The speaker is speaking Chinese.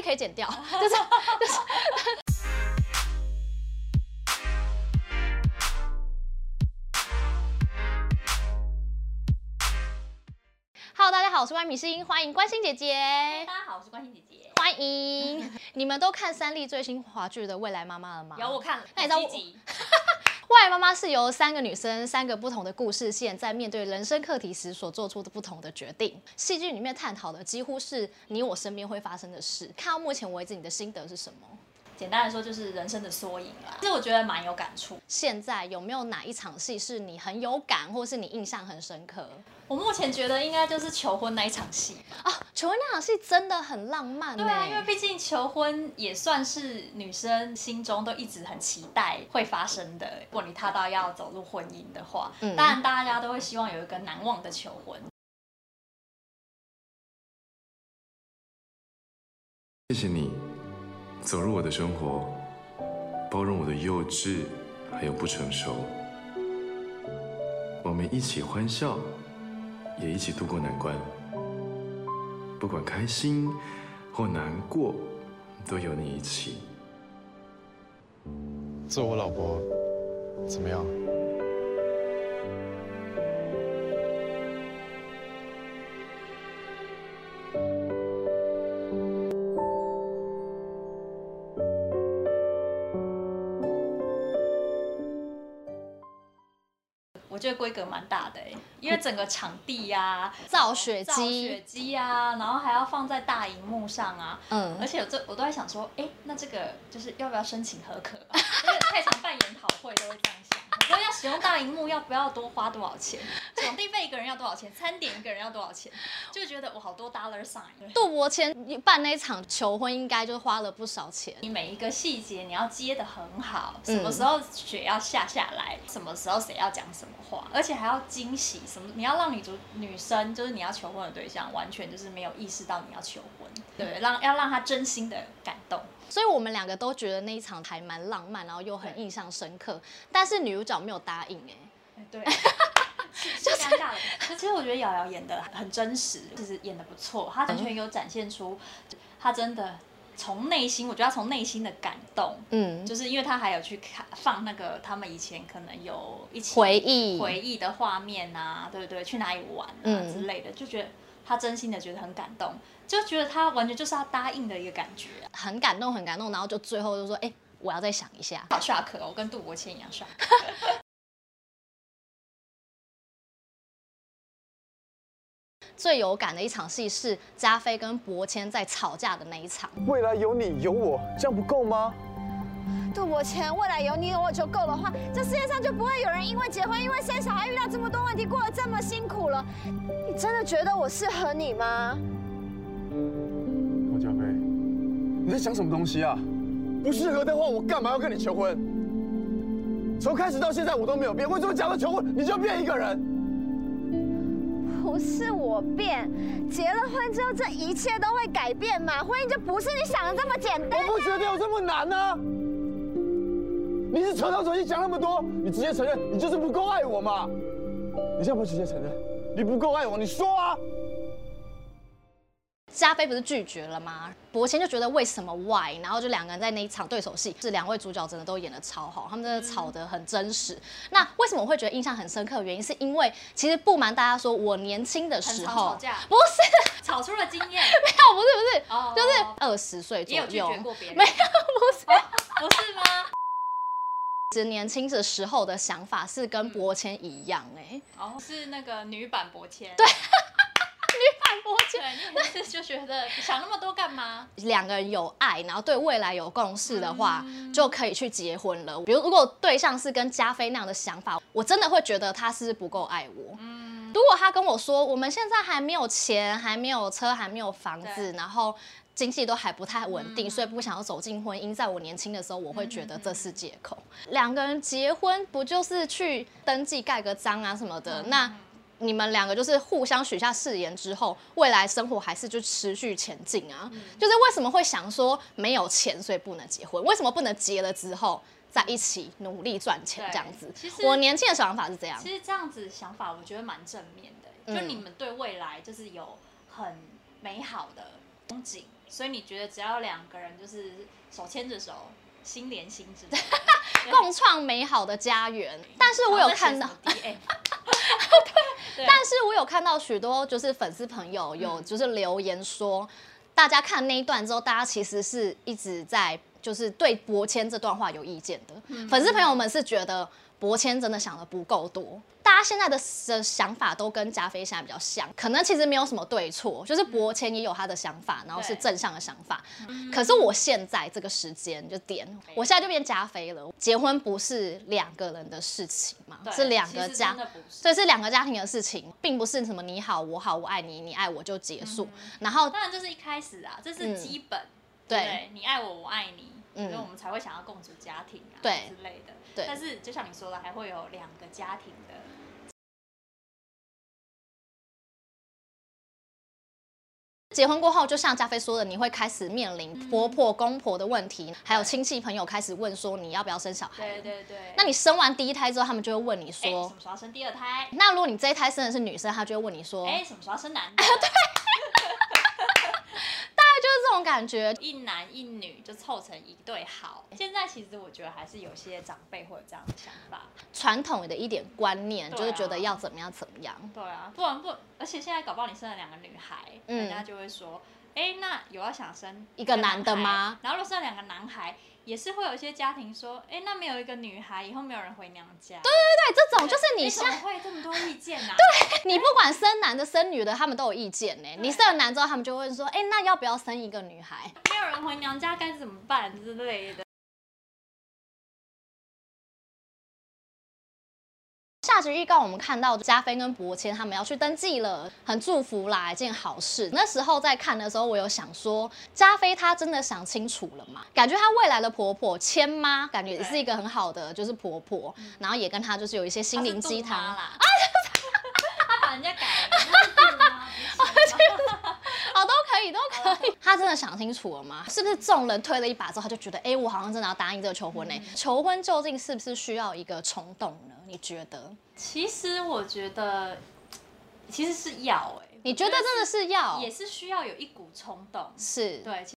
可以剪掉，就是。Hello， 大家好，我是万米星，欢迎关心姐姐。 大家好，我是关心姐姐。 欢迎。你们都看3立最新华剧的《未来妈妈》了吗？ 有，我看了。 那你知道未来妈妈是由3个女生3个不同的故事线，在面对人生课题时所做出的不同的决定。戏剧里面探讨的几乎是你我身边会发生的事。看到目前为止，你的心得是什么？ 简单来说，就是人生的缩影啦。其实我觉得蛮有感触。 现在有没有哪一场戏是你很有感，或是你印象很深刻？ 我目前觉得应该就是求婚那一场戏啊，求婚那场戏真的很浪漫。 对啊，因为毕竟求婚也算是女生心中都一直很期待会发生的。如果你踏到要走入婚姻的话，当然大家都会希望有一个难忘的求婚。 谢谢你走入我的生活，包容我的幼稚还有不成熟。我们一起欢笑，也一起度过难关。不管开心或难过，都有你一起。 做我老婆怎么样？ 我觉得规格蛮大的因为整个场地啊， 造雪机啊，然后还要放在大荧幕上啊，而且我都在想说，那这个就是要不要申请合可吧？因为太常办研讨会都会这样想，所以要使用大荧幕要不要多花多少钱？场地费一个人要多少钱？餐点一个人要多少钱？就觉得我好多 dollar sign。 杜伯谦办那一场求婚，应该就花了不少钱。 你每一个细节你要接得很好，什么时候雪要下来，什么时候谁要讲什么话，而且还要惊喜什么，你要让女生就是你要求婚的对象，完全就是没有意识到你要求婚，对，要让他真心的感动。 所以我们2个都觉得那一场还蛮浪漫，然后又很印象深刻。但是女主角没有答应对。是尴尬的。其实我觉得瑶瑶演的很真实，其实演的不错，她完全有展现出她真的从内心，我觉得她从内心的感动，就是因为她还有去放那个他们以前可能有一起回忆的画面啊，对不对？去哪里玩啊之类的，就觉得她真心的觉得很感动，就觉得她完全就是她答应的一个感觉， 很感动，然后就最后就说，我要再想一下。 好 shock 哦，跟杜伯谦一样 shock。 最有感的一场戏是加菲跟伯谦在吵架的那一场。 未来有你有我，这样不够吗？ 杜伯谦，未来有你有我就够的话，这世界上就不会有人因为结婚、因为生小孩遇到这么多问题，过得这么辛苦了。你真的觉得我适合你吗？ 王家菲，你在想什么东西啊？不适合的话，我干嘛要跟你求婚？从开始到现在我都没有变，为什么讲到求婚你就变一个人？ 不是我变，结了婚之后，这一切都会改变嘛？婚姻就不是你想的这么简单。 我不觉得有这么难啊！你是扯到手机讲那么多，你直接承认你就是不够爱我嘛？你现在不直接承认你不够爱我，你说啊！ 加菲不是拒绝了吗？伯谦就觉得为什么 why， 然后就2个人在那一场对手戏，是2位主角真的都演得超好，他们真的吵得很真实。那为什么我会觉得印象很深刻的原因，是因为其实不瞒大家说，我年轻的时候， 吵架不是吵出了经验， 没有，不是，就是20岁左右， 也有拒绝过别人， 没有，不是吗？ 其实年轻的时候的想法是跟伯谦一样是那个女版伯谦， 对。女版伯谦， 对，你就觉得想那么多干嘛 ？2个人有爱，然后对未来有共识的话，就可以去结婚了。比如，如果对象是跟加菲那样的想法，我真的会觉得他是不够爱我。如果他跟我说，我们现在还没有钱，还没有车，还没有房子，然后经济都还不太稳定，所以不想要走进婚姻。在我年轻的时候，我会觉得这是借口。2个人结婚不就是去登记盖个章啊什么的？那你们2个就是互相许下誓言之后，未来生活还是就持续前进啊。就是为什么会想说没有钱所以不能结婚？为什么不能结了之后在一起努力赚钱这样子？ 其实我年轻的想法是这样。 其实这样子想法我觉得蛮正面的，就你们对未来就是有很美好的憧憬，所以你觉得只要两个人就是手牵着手，心连心之类的， 共创美好的家园。但是我有看到，但是我有看到许多就是粉丝朋友有就是留言说，大家看那一段之后，大家其实是一直在就是对柏谦这段话有意见的。粉丝朋友们是觉得柏谦真的想的不够多。大家现在的想法都跟加菲现在比较像，可能其实没有什么对错，就是柏谦也有他的想法，然后是正向的想法。可是我现在这个时间就点，我现在就变加菲了。结婚不是两个人的事情嘛，是两个家，所以是两个家庭的事情，并不是什么你好我好我爱你你爱我就结束。然后当然这是一开始啊，这是基本，对，你爱我我爱你。所以我们才会想要共组家庭啊，之类的。对，但是就像你说的，还会有两个家庭的。 结婚过后，就像加菲说的，你会开始面临婆婆、公婆的问题，还有亲戚朋友开始问说你要不要生小孩。 对。 那你生完第一胎之后，他们就会问你说， 什么时候要生第二胎？ 那如果你这一胎生的是女生，他就会问你说， 什么时候要生男的？ 对。就是这种感觉， 一男一女就凑成一对好。现在其实我觉得还是有些长辈会有这样的想法， 传统的一点观念，就是觉得要怎么样怎么样。 对啊，不然不，而且现在搞不好你生了2个女孩，人家就会说，那有要想生一个男的吗？ 然后如果生了2个男孩，也是会有一些家庭说，那没有一个女孩，以后没有人回娘家。 对，这种就是你怎么会这么多意见啊？ 对，你不管生男的生女的，他们都有意见呢。你生了男之后，他们就会说，那要不要生一个女孩？ 没有人回娘家该怎么办之类的。 下集预告我们看到加菲跟柏谦他们要去登记了，很祝福啦，一件好事。那时候在看的时候，我有想说，加菲她真的想清楚了嘛？感觉她未来的婆婆谦妈，感觉也是一个很好的就是婆婆，然后也跟她就是有一些心灵鸡汤啦。她把人家改了。 都可以。他真的想清楚了吗？是不是众人推了一把之后，他就觉得，我好像真的要答应这个求婚呢？求婚究竟是不是需要一个冲动呢？你觉得？ 其实我觉得，其实是要你觉得真的是要， 也是需要有一股冲动， 是对。